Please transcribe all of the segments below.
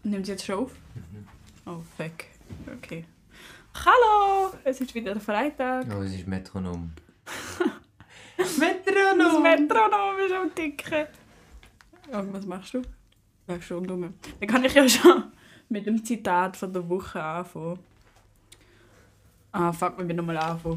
Nimmt sie jetzt schon auf? Oh, fuck. Okay. Hallo! Es ist wieder der Freitag. Oh, es ist Metronom. Das Metronom! Metronom ist am Ticken. Oh, was machst du? Läufst schon dumm. Dann kann ich ja schon mit dem Zitat von der Woche anfangen. Fuck, wir nochmal anfangen.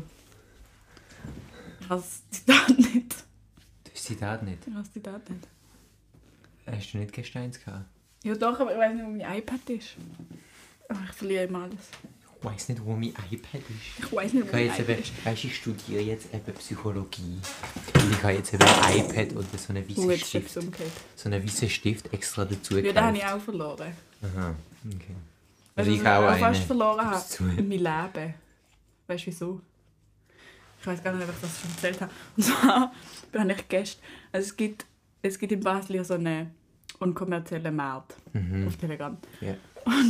Ich habe das Zitat nicht. Du hast das Zitat nicht? Ich habe das Zitat nicht. Hast du nicht gestern eins gehabt? Ja doch, aber ich weiß nicht, wo mein iPad ist. Oh, ich verliere immer alles. Ich weiss nicht, wo mein iPad ist. Ich weiß nicht, wo mein iPad ist. Weißt du, ich studiere jetzt eben Psychologie. Und ich habe jetzt eben ein iPad und so einen weißen Jetzt Stift. ist es umgekehrt. So einen weißen Stift extra dazu Ja, gekauft. den habe ich auch verloren. Aha, okay. Weißt Also du, ich was auch ich fast einen. verloren habe? Gib's zu. In meinem Leben. Weißt du wieso? Ich weiß gar nicht, ob ich das schon erzählt habe. Und zwar bin ich gestern. Also es gibt in Basel ja so einen unkommerziellen Markt auf Telegram. Ja. Und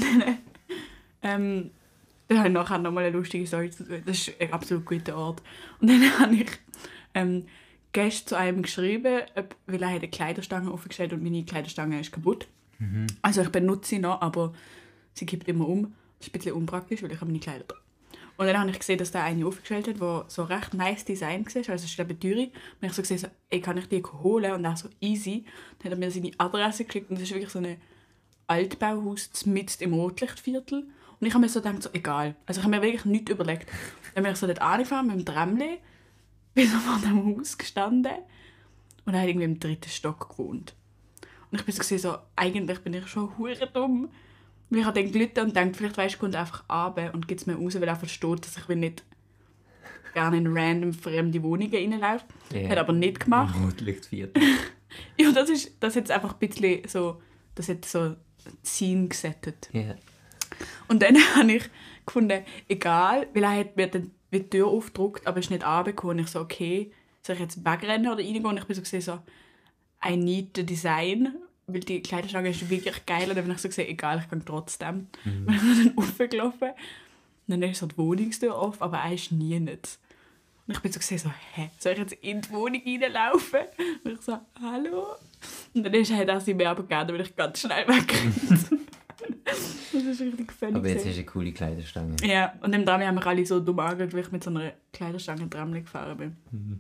dann da habe ich nachher nochmal eine lustige Story zu tun. Das ist ein absolut guter Ort. Und dann habe ich gestern zu einem geschrieben, weil er eine Kleiderstange aufgestellt und meine Kleiderstange ist kaputt. Also ich benutze sie noch, aber sie kippt immer um. Das ist ein bisschen unpraktisch, weil ich habe meine Kleider drin. Und dann habe ich gesehen, dass der eine aufgestellt hat, der so recht nice Design war. Also es ist eben teuer. Und ich so gesehen, so, ey, kann ich die holen? Und er so easy. Dann hat er mir seine Adresse geschickt und das ist wirklich so ein Altbauhaus mitten im Rotlichtviertel. Und ich habe mir so gedacht, so, egal. Also ich habe mir wirklich nichts überlegt. Dann bin ich so dort angefahren mit dem Tramli, bin so vor dem Haus gestanden und er hat irgendwie im 3. Stock gewohnt. Und ich bin so gesehen, so, eigentlich bin ich schon hure dumm. Weil ich habe dann gelitten und gedacht, vielleicht weisst du, kommt einfach runter und gibt es mir raus, weil er versteht, dass ich nicht gerne in random fremde Wohnungen reinlaufe. Yeah. Hat aber nicht gemacht. Rotlichtviertel. Ja, das hat einfach ein bisschen so, das hat so Ziehen gesettet. Ja. Und dann habe ich gefunden, egal, weil er hat mir dann die Tür aufgedrückt, aber ist nicht runtergekommen. Und ich so, okay, soll ich jetzt wegrennen oder reingehen? Und ich bin so gesehen, so, I need the design, weil die Kleiderstange ist wirklich geil. Und dann bin ich so gesehen, egal, ich kann trotzdem. Und dann bin ich dann raufgelaufen. Und dann ist so die Wohnungstür offen, aber er ist nie nicht. Und ich bin so gesehen, so, hä, soll ich jetzt in die Wohnung reinlaufen? Und ich so, hallo? Und dann ist er sie mir aber gegeben, weil ich ganz schnell weggerannt. Das ist richtig funny. Aber jetzt hast du eine coole Kleiderstange. Ja, und im Tram haben wir alle so dumm angeschaut, weil ich mit so einer Kleiderstange Tram gefahren bin.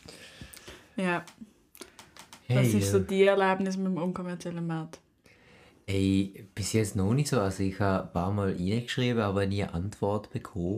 Ja, das Hey, ist so die Erlebnis mit dem unkommerziellen Markt. Ey, bis jetzt noch nicht so. Also ich habe ein paar Mal reingeschrieben, aber nie eine Antwort bekommen.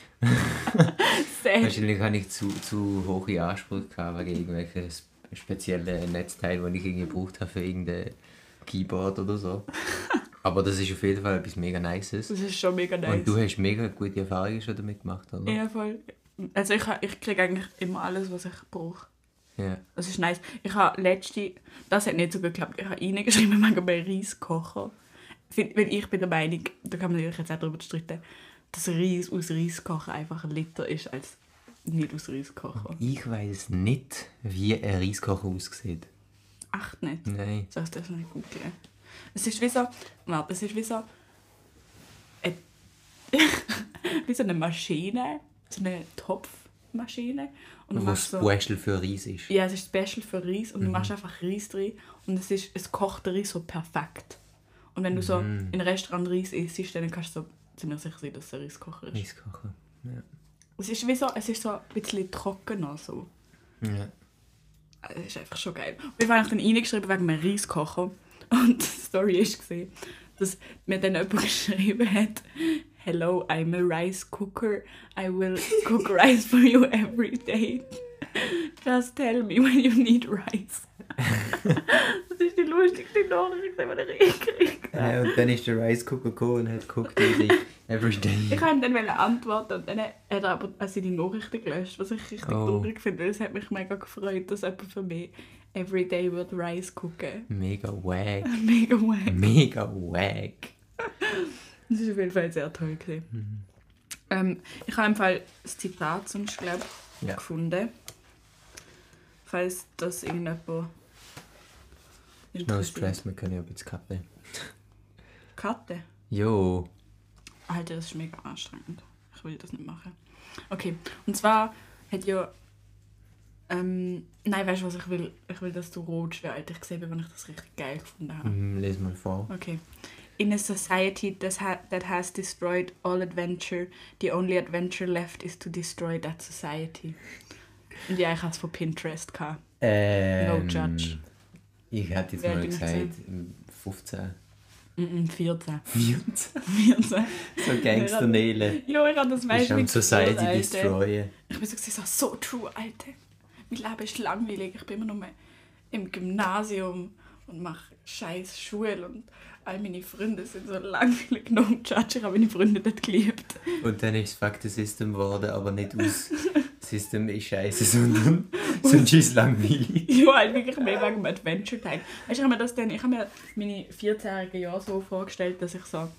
Sehr. Wahrscheinlich habe ich zu hohe Ansprüche gehabt wegen irgendwelchen speziellen Netzteilen, die ich irgendwie gebraucht habe für irgendein Keyboard oder so. Aber das ist auf jeden Fall etwas mega Nices. Das ist schon mega nice. Und du hast mega gute Erfahrungen schon damit gemacht, oder? Ja, voll. Also ich kriege eigentlich immer alles, was ich brauche. Ja. Das ist nice. Ich habe das hat nicht so gut geklappt, ich habe reingeschrieben, man kann bei Reis kochen. Weil ich bin der Meinung, da kann man sich jetzt auch darüber streiten, dass Reis aus Reis kochen einfach ein Liter ist, als nicht aus Reis kochen. Ich weiss nicht, wie ein Reiskocher aussieht. Echt nicht? Nein. Soll ich das nicht googeln? Es ist wie so... Warte, es ist wie so... wie so eine Maschine. So eine Topfmaschine. Und du Was machst so... Special für Reis ist. Ja, es ist Special für Reis. Und du machst einfach Reis drin. Und es kocht der Reis so perfekt. Und wenn du so in einem Restaurant Reis isst, dann kannst du so ziemlich sicher sein, dass es ein Reiskocher ist. Reiskocher. Ja. Es ist wie so... Es ist so ein bisschen trockener so. Ja. Das ist einfach schon geil. Und ich habe dann reingeschrieben wegen einem Reiskocher. Und die Story war, dass mir dann jemand geschrieben hat, «Hello, I'm a rice cooker. I will cook rice for you every day. Just tell me when you need rice.» Das ist die lustigste Nachricht, die ich gekriegt habe. Und dann ist der Rice Cooker gekommen und hat geguckt, every day. Ich wollte ihm dann antworten und dann hat er aber seine Nachrichten gelöscht, was ich richtig traurig finde, weil es hat mich mega gefreut, dass jemand für mich everyday wird Rice cooken. Mega wack. Mega wack. Mega wack. Das war auf jeden Fall sehr toll. Ich habe im Fall das Zitat sonst, glaube ich, gefunden. Falls das irgendjemand No interessiert. stress, wir können ja ein bisschen Kaffee. Karte? Jo. Alter, das ist mega anstrengend. Ich will das nicht machen. Okay, und zwar hat ja... nein, weißt du was, ich will, dass du rotst, wie alt ich gesehen bin, wenn ich das richtig geil gefunden habe. Les mal vor. Okay. In a society that has destroyed all adventure, the only adventure left is to destroy that society. Und ja, ich hatte es von Pinterest. No judge. Ich hätte jetzt mal gesagt, 15. 14. 14? So Gangster-Nele. Ja, ich habe das meistens mit Society destroyen. Ich bin so true, Alter. Mein Leben ist langweilig. Ich bin immer noch im Gymnasium und mache scheiß Schule und all meine Freunde sind so langweilig. No judge, ich habe meine Freunde dort geliebt. Und dann ist es Fuck the System geworden, aber nicht aus System ist scheiße, sondern sonst ist es langweilig. Ja, halt wirklich mehr wegen dem Adventure-Teil. Weißt du, ich habe mir meine 14-jährigen Jahre so vorgestellt, dass ich so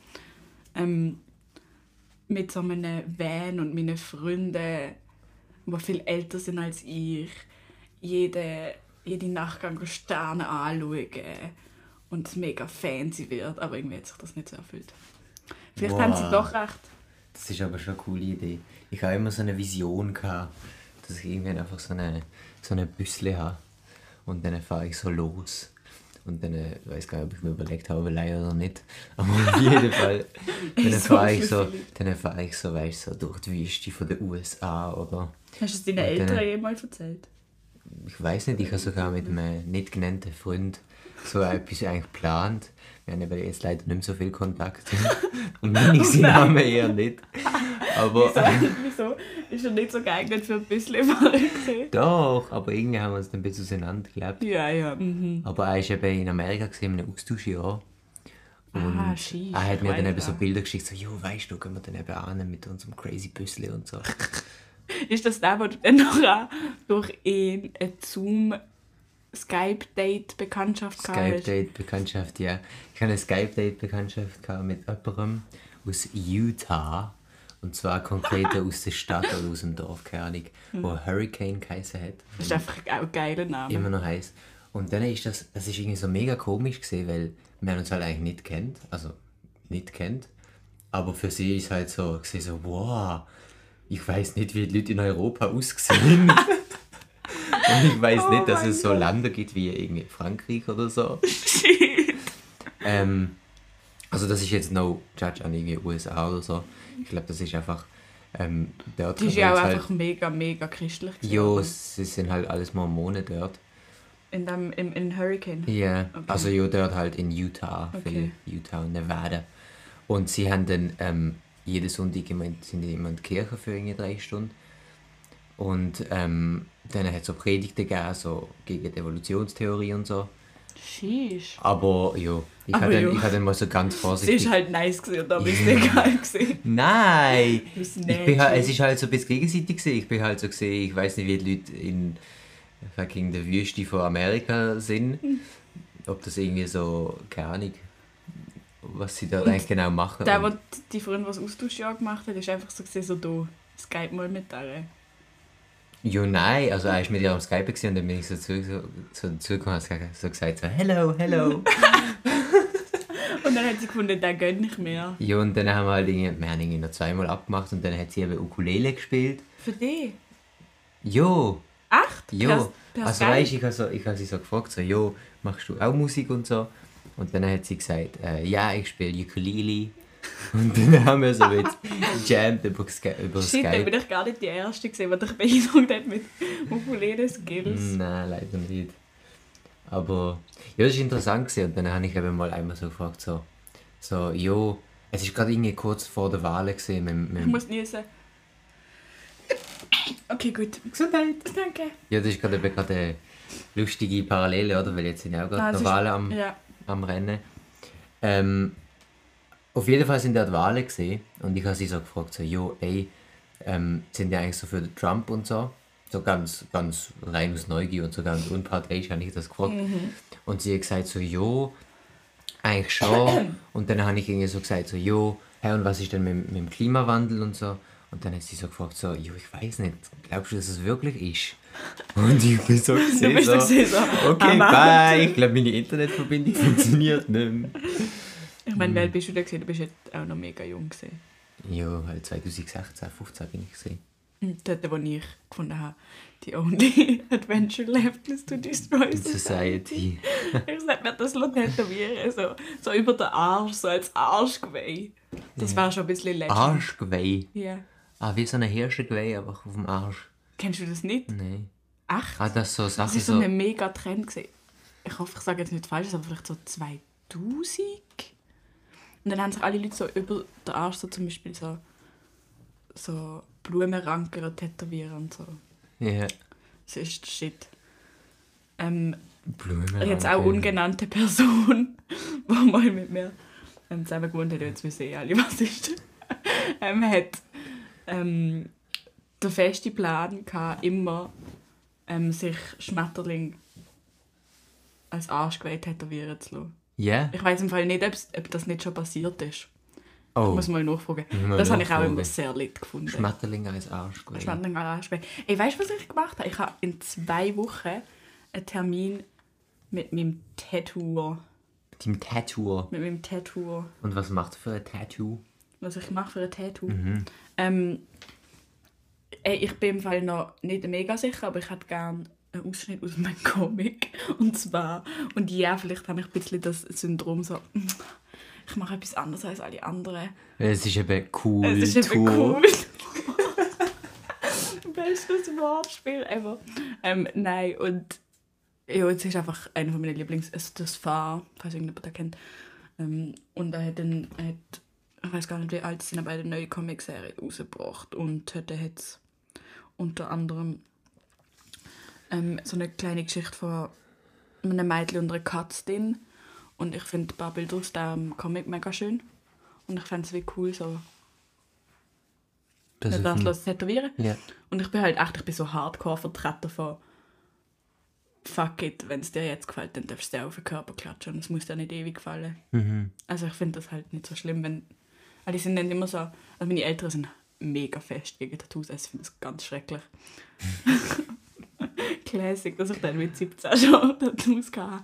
mit so einem Van und meinen Freunden, die viel älter sind als ich, jede Nacht Sterne anschauen und es mega fancy wird. Aber irgendwie hat sich das nicht so erfüllt. Vielleicht haben sie doch recht. Das ist aber schon eine coole Idee. Ich habe immer so eine Vision gehabt, dass ich irgendwann einfach so eine Büssle habe. Und dann fahre ich so los. Und dann, ich weiß gar nicht, ob ich mir überlegt habe, leider oder nicht. Aber auf jeden Fall. Dann fahre ich so, weißt du, so durch die Wüste von den USA, oder? Hast du es deinen Eltern jemals erzählt? Ich weiß nicht, ich habe sogar mit einem nicht genannten Freund so etwas eigentlich geplant. Wir haben aber jetzt leider nicht mehr so viel Kontakt. Und meine haben wir eher nicht. Aber wieso? Ist er nicht so geeignet für ein bisschen gesehen? Doch, aber irgendwie haben wir uns dann ein bisschen auseinandergelebt. Ja. Aber er war eben in Amerika in einem Austauschjahr. Und er hat mir dann eben so Bilder geschickt, so, jo, weißt du, gehen wir dann eben an mit unserem crazy Büssli und so. Ist das der, wo du dann noch durch ein Zoom Skype-Date-Bekanntschaft gehabt hast? Skype-Date-Bekanntschaft, ja. Ich hatte eine Skype-Date-Bekanntschaft mit jemandem aus Utah. Und zwar konkret aus der Stadt oder aus dem Dorf, keine Ahnung, wo Hurricane geheißen hat. Das ist einfach auch ein geiler Name. Immer noch heisst. Und dann ist das ist irgendwie so mega komisch gewesen, weil wir uns halt eigentlich nicht kennt. Aber für sie ist halt so, wow, ich weiß nicht, wie die Leute in Europa aussehen. Und ich weiß nicht, dass es so Länder gibt wie irgendwie Frankreich oder so. Also das ist jetzt no judge an irgendwie USA oder so. Ich glaube, das ist einfach dort. Die ist ja auch einfach mega, mega christlich. Ja, sie sind halt alles Mormonen dort. In Hurricane? Ja, okay. Also ja, dort halt in Utah, okay. Utah und Nevada. Und sie haben dann jeden Sonntag sind die immer in die Kirche für irgendwie 3 Stunden. Und dann hat es so Predigten gegeben, so gegen die Evolutionstheorie und so. Sheesh. Aber ja, ich habe dann mal so ganz vorsichtig... Sie ist halt nice gewesen und da bist du egal gewesen. Nein! Es ist halt so ein bisschen gegenseitig gewesen. Ich bin halt so gesehen, ich weiß nicht, wie die Leute in fucking der Wüste von Amerika sind. Ob das irgendwie so, keine Ahnung, was sie da eigentlich genau machen. Der die Freundin, die das Austauschjahr gemacht hat, ist einfach so gesehen, so du, Skype mal mit der. Ja, nein, also er war mit ihr am Skype und dann bin ich so dazugekommen und so gesagt, so, hello. Und dann hat sie gefunden, der gönnt nicht mehr. Ja, und dann haben wir halt irgendwie noch 2-mal abgemacht und dann hat sie eben Ukulele gespielt. Für dich? Ja. Echt? Ja. Also weißt du, ich habe sie so gefragt, so, jo, machst du auch Musik und so? Und dann hat sie gesagt, ja, ich spiele Ukulele. Und dann haben wir so jetzt gejammt über Skype. Da bin ich gar nicht die Erste gesehen, die dich beeindruckt hat mit Ukulele-Skills. Nein, leider nicht. Aber ja, das war interessant gewesen. Und dann habe ich eben mal einmal so gefragt, so, jo, es war gerade irgendwie kurz vor der Wahl gewesen. Ich muss niesen. Okay, gut. Gesundheit. Danke. Ja, das ist gerade eine lustige Parallele, oder? Weil jetzt sind ja auch gerade Wahlen am Rennen. Auf jeden Fall sind dort Wahlen gesehen und ich habe sie so gefragt, so, sind die eigentlich so für Trump und so? So ganz, ganz rein aus Neugier und so ganz unparteiisch habe ich das gefragt. Und sie hat gesagt so, eigentlich schon. Und dann habe ich irgendwie so gesagt so, hey, und was ist denn mit dem Klimawandel und so? Und dann hat sie so gefragt so, ich weiß nicht, glaubst du, dass es wirklich ist? Und ich bin so gesehen so, okay, bye, ich glaube, meine Internetverbindung funktioniert nicht mehr. Ich meine, wer bist du da gesehen? Du bist jetzt auch noch mega jung gesehen. Ja, halt 2016, 2015 bin ich gesehen. Dort, wo ich gefunden habe, the only adventure left is to destroy Society. Ich sag mir, das tätowieren, so über den Arsch, so als Arschgeweih. Das war schon ein bisschen legend. Arschgeweih? Ja. Ah, wie so eine Hirschgeweih, aber auf dem Arsch. Kennst du das nicht? Nein. Echt? Ah, das so Das Sachen war so so... ein mega Trend gewesen. Ich hoffe, ich sage jetzt nicht falsch, aber vielleicht so 2000. Und dann haben sich alle Leute so über den Arsch so zum Beispiel so Blumenranken tätowieren und so. Ja. Das ist der Shit. Blumenranken. Jetzt auch ungenannte Person, die mal mit mir zusammen gewohnt hat, jetzt wissen alle, was ist, hat den festen Plan gehabt, immer sich Schmetterling als Arschgeweih tätowieren zu lassen. Ja? Ich weiss im Fall nicht, ob das nicht schon passiert ist. Oh. Ich muss mal nachfragen. Mal Das habe ich auch nachfragen. immer sehr lit gefunden. Schmetterling als Arschgeweih. Schmetterling als Arschgeweih. Ey, weißt du, was ich gemacht habe? Ich habe in 2 Wochen einen Termin mit meinem Tattooer. Team Tattoo. Mit meinem Tattooer. Und was macht er für ein Tattoo? Was ich mache für ein Tattoo. Ich bin im Fall noch nicht mega sicher, aber ich hätte gerne einen Ausschnitt aus meinem Comic. Und ja, vielleicht habe ich ein bisschen das Syndrom so, ich mache etwas anderes als alle anderen. Es ist eben cool. Es ist eben cool. Bestes Wortspiel ever. Nein, und ja, es ist einfach einer meiner Lieblings... Also das Fahr, falls irgendjemand das kennt. Und er hat ich weiß gar nicht, wie alt sie sind, aber eine neue Comic-Serie rausgebracht. Und da hat es unter anderem so eine kleine Geschichte von einem Mädchen und einer Katze drin. Und ich finde ein paar Bilder aus dem Comic mega schön. Und ich fände es wie cool, so Das das tätowieren. Ja. Und ich bin so Hardcore-Vertreter von fuck it, wenn es dir jetzt gefällt, dann darfst du dir auf den Körper klatschen und es muss dir nicht ewig gefallen. Mhm. Also ich finde das halt nicht so schlimm, wenn... Weil die sind dann immer so... Also meine Eltern sind mega fest gegen Tattoos, also ich finde das ganz schrecklich. Classic, dass ich dann mit 17 schon Tattoos hatte.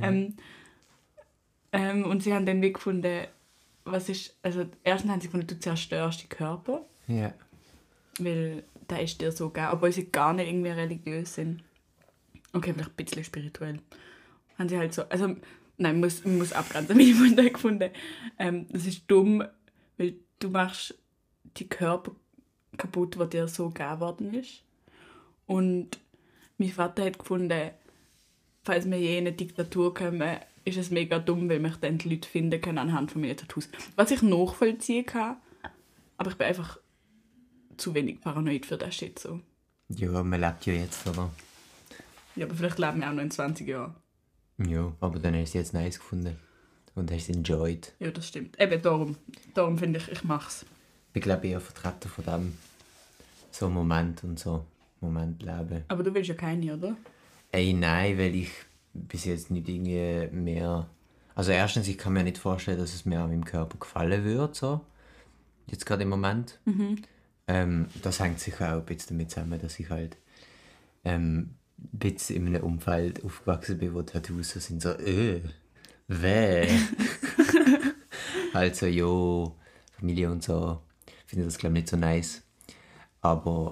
Ja. Und sie haben dann wie gefunden, was ist... Also erstens haben sie gefunden, du zerstörst den Körper, Ja. weil der ist dir so gegeben, obwohl sie gar nicht irgendwie religiös sind. Okay, vielleicht ein bisschen spirituell. Haben sie halt so... Also, nein, man muss abgrenzen. Meine Mutter hat gefunden, das ist dumm, weil du machst die Körper kaputt, die dir so gegeben worden ist. Und mein Vater hat gefunden, falls wir je in eine Diktatur kommen, ist es mega dumm, weil wir dann die Leute finden können anhand von meinen Tattoos. Was ich nachvollziehen kann, aber ich bin einfach zu wenig paranoid für das Shit so. Ja, man lebt ja jetzt, oder? Ja, aber vielleicht leben wir auch noch in 20 Jahren. Ja, aber dann hast du es jetzt nice gefunden. Und hast es enjoyed. Ja, das stimmt. Eben darum finde ich mach's. Ich glaube eher Vertreter von dem so Moment und so Moment leben. Aber du willst ja keine, oder? Ey, nein, weil ich bis jetzt nicht irgendwie mehr... Also erstens, ich kann mir nicht vorstellen, dass es mir an meinem Körper gefallen würde, so. Jetzt gerade im Moment. Das hängt sicher auch ein bisschen damit zusammen, dass ich halt ein bisschen in einem Umfeld aufgewachsen bin, wo Tattoos so sind, so weh. Halt so, jo, Familie und so. Finde das, glaube ich, nicht so nice. Aber,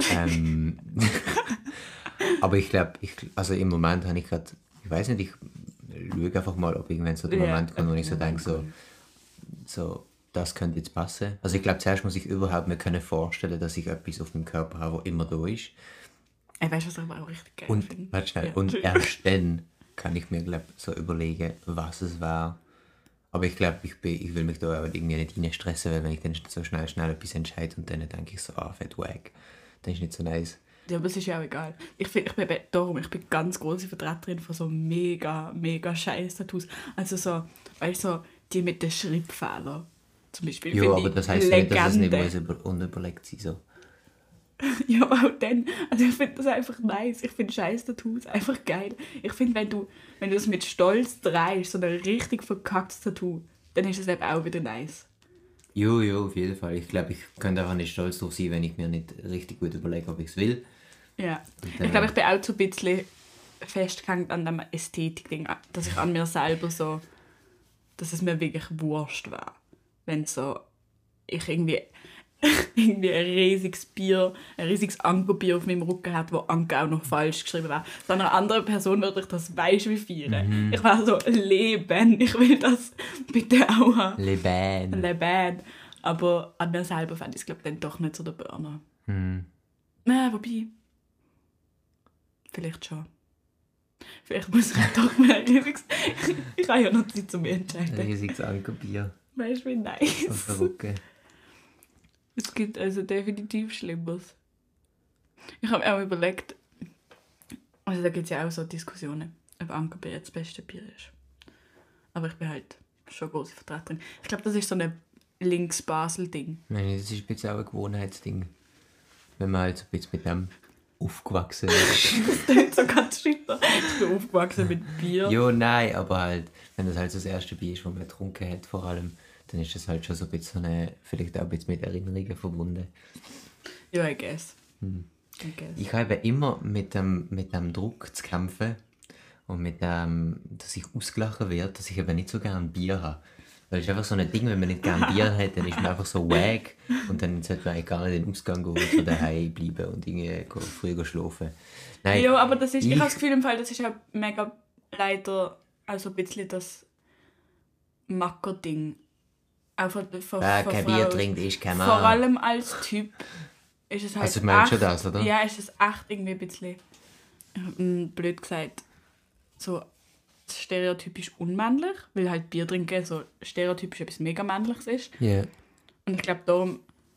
aber ich glaube, also im Moment habe ich gerade, ich weiß nicht, ich schaue einfach mal, ob irgendwann so der Moment kommt, wo ich so denke, so, das könnte jetzt passen. Also ich glaube, zuerst muss ich überhaupt mir können vorstellen, dass ich etwas auf meinem Körper habe, was immer da ist. Weißt du, was ich aber auch richtig geil Und, finde? warte schnell, Ja. und erst dann kann ich mir, glaube so überlegen, was es war. Aber ich glaube, ich will mich da auch irgendwie nicht reinstressen, weil wenn ich dann so schnell etwas entscheide und dann denke ich so, fett wack, dann ist nicht so nice. Ja, aber es ist ja auch egal. Ich bin ganz große Vertreterin von so mega, mega scheiß Tattoos. Also so, weißt du, so die mit den Schreibfehlern zum Beispiel. Ja, finde aber ich das heisst nicht, dass es nicht Legende. unüberlegt sein so. Ja, aber auch dann. Also ich finde das einfach nice. Ich finde scheiß Tattoos einfach geil. Ich finde, wenn du das mit Stolz drehst, so ein richtig verkacktes Tattoo, dann ist es eben auch wieder nice. Jo, auf jeden Fall. Ich glaube, ich könnte einfach nicht stolz drauf sein, wenn ich mir nicht richtig gut überlege, ob ich es will. Ja. dann- Ich glaube, ich bin auch so ein bisschen festgehängt an dem Ästhetik-Ding, dass ich an mir selber so, dass es mir wirklich wurscht war. Wenn so, ich irgendwie, irgendwie ein riesiges Bier, ein riesiges Ankerbier auf meinem Rücken hat, wo Anker auch noch falsch geschrieben war. Von einer anderen Person würde ich das weisst wie feiern. Ich war so, Leben, ich will das bitte auch haben. Leben. Aber an mir selber fand ich es, glaube ich, dann doch nicht so der Burner. Wobei, vielleicht schon. Vielleicht muss ich doch mal ein riesiges... Ich habe ja noch Zeit, um mich entscheiden. Ein riesiges Ankerbier. Weißt du, wie nice. Auf der Rücken. Es gibt also definitiv Schlimmeres. Ich habe mir auch überlegt, also da gibt es ja auch so Diskussionen, ob Ankerbier das beste Bier ist. Aber ich bin halt schon große Vertreterin. Ich glaube, das ist so ein Links-Basel-Ding. Nein, das ist ein bisschen auch ein Gewohnheitsding. Wenn man halt so ein bisschen mit dem aufgewachsen ist. Das klingt so ganz schütter. Ich bin aufgewachsen mit Bier. Jo, nein, aber halt, wenn das halt so das erste Bier ist, das man getrunken hat vor allem, dann ist das halt schon so ein bisschen vielleicht auch ein bisschen mit Erinnerungen verbunden. Ja, I guess. Ich habe immer mit dem Druck zu kämpfen und mit dem, dass ich ausgelachen werde, dass ich eben nicht so gerne Bier habe. Weil es ist einfach so ein Ding, wenn man nicht gerne Bier hat, dann ist man einfach so wack und dann sollte man eigentlich gar nicht in den Ausgang gehen, so daheim bleiben und irgendwie früher schlafen. Nein, Ja, aber das ist, ich habe das Gefühl, im Fall, das ist auch mega leider also ein bisschen das Macker-Ding. Auch von kein Bier trinkt, ist kein Mann. Vor allem als Typ ist es halt Also du meinst schon das, oder? Ja, ist es echt irgendwie ein bisschen, blöd gesagt, so stereotypisch unmännlich, weil halt Bier trinken so stereotypisch etwas mega Männliches ist. Ja. Und ich glaube, darum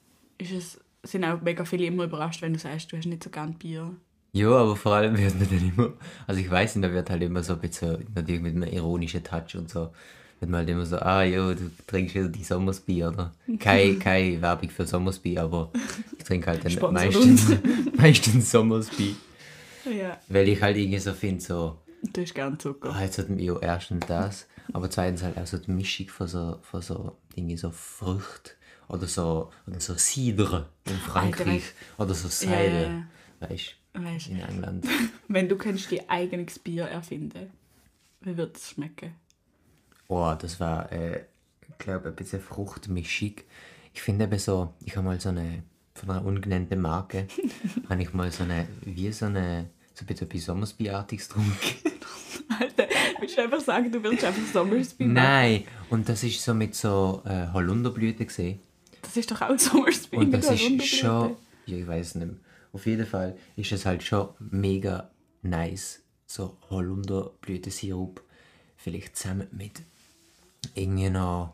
sind auch mega viele immer überrascht, wenn du sagst, du hast nicht so gern Bier. Ja, aber vor allem wird man dann immer, also ich weiss nicht, da wird halt immer so ein bisschen, natürlich mit einem ironischen Touch und so, wird man halt immer so, du trinkst wieder die Sommersbier, oder? Keine Werbung für Sommersbier, aber ich trinke halt dann meistens Sommersbier. Ja. Weil ich halt irgendwie so finde, so, Du hast gern Zucker. jetzt hat mir erstens das, aber zweitens halt auch so die Mischung von so Dinge, so Früchte oder so Cider in Frankreich oder so Cider, weißt du, in England. Wenn du könntest dein eigenes Bier erfinden, wie würde es schmecken? Oh, das war, ich glaube, ein bisschen Fruchtmischung. Ich finde eben so, ich habe mal von einer ungenannten Marke, habe ich mal so ein bisschen etwas Sommersbierartiges getrunken. Alter, willst du einfach sagen, du willst einfach Sommersbier? Nein, und das ist so mit so Holunderblüten gesehen. Das ist doch auch Sommersbier. Und das ist schon, ja, ich weiß nicht mehr. Auf jeden Fall ist es halt schon mega nice, so Holunderblütensirup, vielleicht zusammen mit irgendwie noch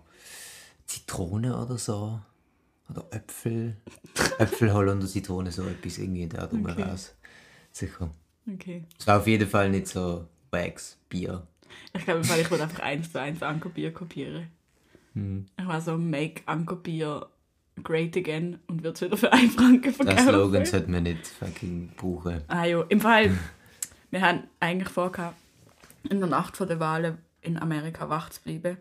Zitrone oder so. Oder Äpfel, Holunder, Zitrone, so etwas irgendwie da drum raus. Sicher. Okay. Es war auf jeden Fall nicht so Wax, Bier. Ich glaube, ich würde einfach 1:1 Ankerbier kopieren. Ich war so, make Ankerbier great again und wird es wieder für 1 Franken verkaufen. Das Slogan sollte man nicht fucking brauchen. Jo, im Fall, wir haben eigentlich vorgehabt, in der Nacht vor der Wahlen in Amerika wach zu bleiben.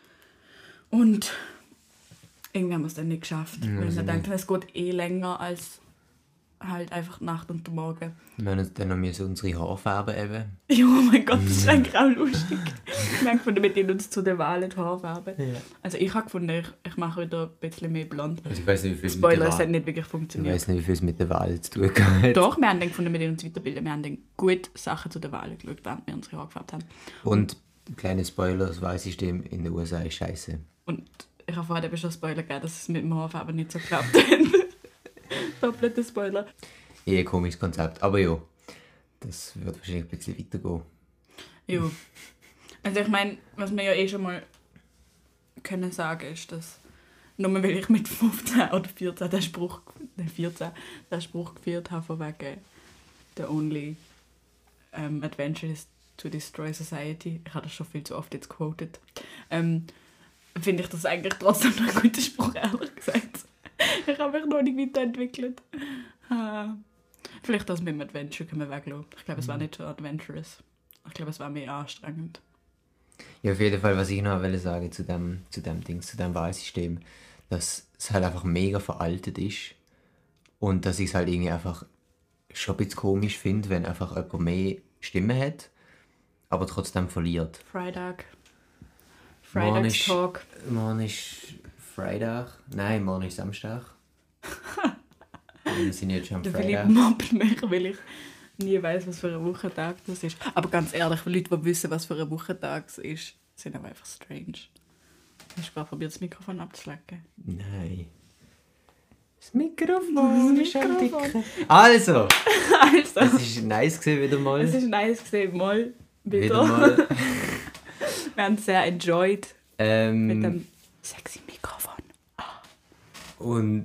Und irgendwie haben wir es dann nicht geschafft. Weil wir denken, es geht länger als halt einfach die Nacht und der Morgen. Wir haben dann noch unsere Haarfarbe eben. Ja, oh mein Gott, das ist eigentlich auch lustig. Wir haben gefunden, wir uns zu den Wahlen die Haarfarbe. Ja. Also ich habe gefunden, ich mache wieder ein bisschen mehr blond. Also ich weiss nicht, wie viel Spoiler, es hat nicht wirklich funktioniert. Ich weiß nicht, wie viel es mit der Wahl zu tun hat. Doch, wir haben dann gefunden, wir uns weiterbilden. Wir haben dann gut Sachen zu den Wahlen geschaut, während wir unsere Haare gefärbt haben. Und kleine Spoiler, das Wahlsystem in den USA ist scheiße. Und ich habe vorher schon Spoiler gegeben, dass es mit dem Haarfarben nicht so geklappt hat. Doppelter Spoiler. Eher komisches Konzept, aber ja, das wird wahrscheinlich ein bisschen weitergehen. Ja. Also ich meine, was wir ja schon mal können sagen, ist, dass nur weil ich mit 15 oder 14 den Spruch geführt habe, von wegen «The only adventure is to destroy society». Ich habe das schon viel zu oft jetzt quoted. Finde ich das eigentlich trotzdem noch ein guter Spruch, ehrlich gesagt. Ich habe mich noch nicht weiterentwickelt. Vielleicht das mit dem Adventure können wir weglassen. Ich glaube, es war nicht so adventurous. Ich glaube, es war mehr anstrengend. Ja, auf jeden Fall, was ich noch sagen zu dem Wahlsystem, dass es halt einfach mega veraltet ist und dass ich es halt irgendwie einfach schon ein bisschen komisch finde, wenn einfach jemand mehr Stimmen hat, aber trotzdem verliert. Freitagstalk. Morgen ist Freitag. Nein, morgen ist Samstag. Wir sind jetzt schon am Der Philipp Freitag. mobbt mich, weil ich nie weiss, was für ein Wochentag das ist. Aber ganz ehrlich, für Leute, die wissen, was für ein Wochentag es ist, sind aber einfach strange. Hast du gerade probiert, das Mikrofon abzulecken? Nein. Das Mikrofon Das ist am Mikrofon. Dicken. Also, Also, es war nice gewesen, wieder mal. es ist nice gesehen, mal wieder. Wieder mal. Wir haben es sehr enjoyed mit Ähm, dem sexy Mikrofon. und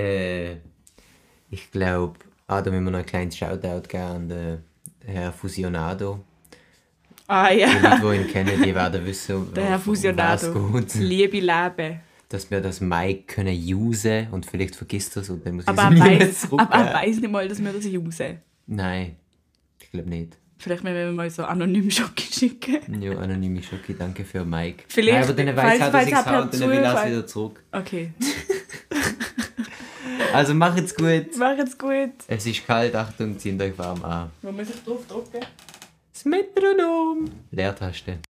ich glaube, da müssen wir noch ein kleines Shoutout geben an den Herr Fusionado. Ah Die ja, Leute, die ihn kennen, die werden wissen, der Herr Fusionado. um was Das geht. liebe Leben. Dass wir das Mic können usen und vielleicht vergisst das und dann muss ich Aber es er mir weiss, zurückgeben. aber er weiss nicht mal, dass wir das usen. Nein, ich glaube nicht. Vielleicht müssen wir mal so anonym Schocke schicken. Ja, anonyme Schoki, danke für Mike. Vielleicht, Nein, aber dann weiß er, dass falls ich er es per habe und dann will er es Zufall- wieder zurück. Okay, Also macht's gut. macht's gut. Es ist kalt, Achtung, zieht euch warm an. Wo muss ich drauf drücken? Das Metronom. Leertaste.